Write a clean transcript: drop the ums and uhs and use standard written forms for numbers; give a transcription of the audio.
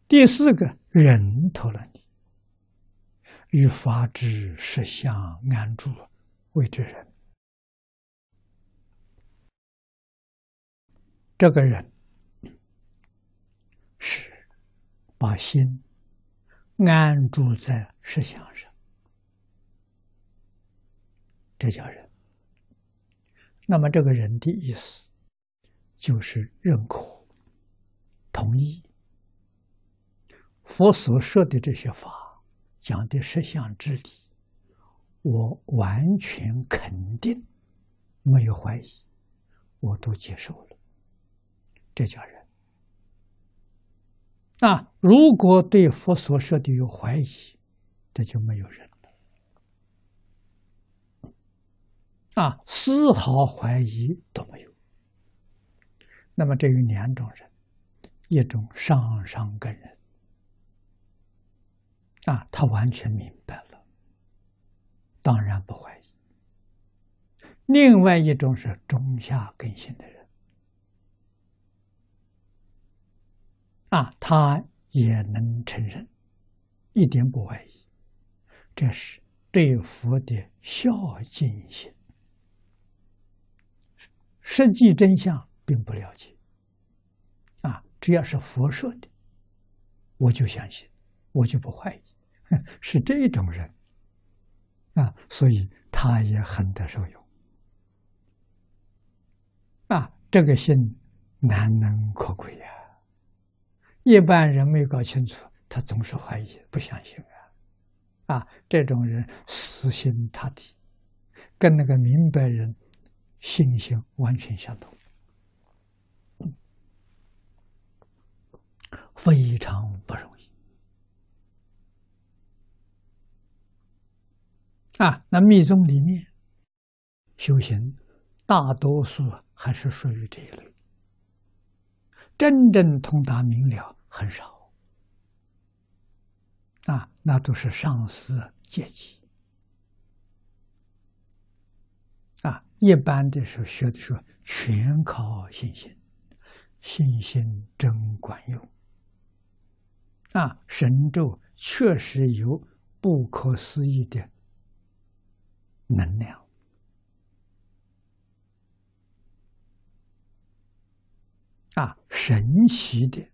第四个忍陀罗尼，与法之实相安住，谓之忍。这个忍是把心安住在实相上，这叫忍。那么这个忍的意思就是认可、同意佛所说的这些法讲的实相之理，我完全肯定，没有怀疑，我都接受了，这叫忍。如果对佛所说的有怀疑，这就没有忍了。丝毫怀疑都没有。那么这有两种人，一种上上根人，他完全明白了，当然不怀疑。另外一种是中下根性的人，他也能承认，一点不怀疑，这是对佛的孝敬心。实际真相并不了解，只要是佛说的，我就相信，我就不怀疑，是这种人，所以他也很得受用。这个心难能可贵呀！一般人没搞清楚，他总是怀疑，不相信这种人死心塌地，跟那个明白人信心完全相同，非常不容易。那密宗里面修行，大多数还是属于这一类，真正通达明了很少。那都是上师阶级。一般的时候学的时候，全靠信心，信心真管用。神咒确实有不可思议的能量。神奇的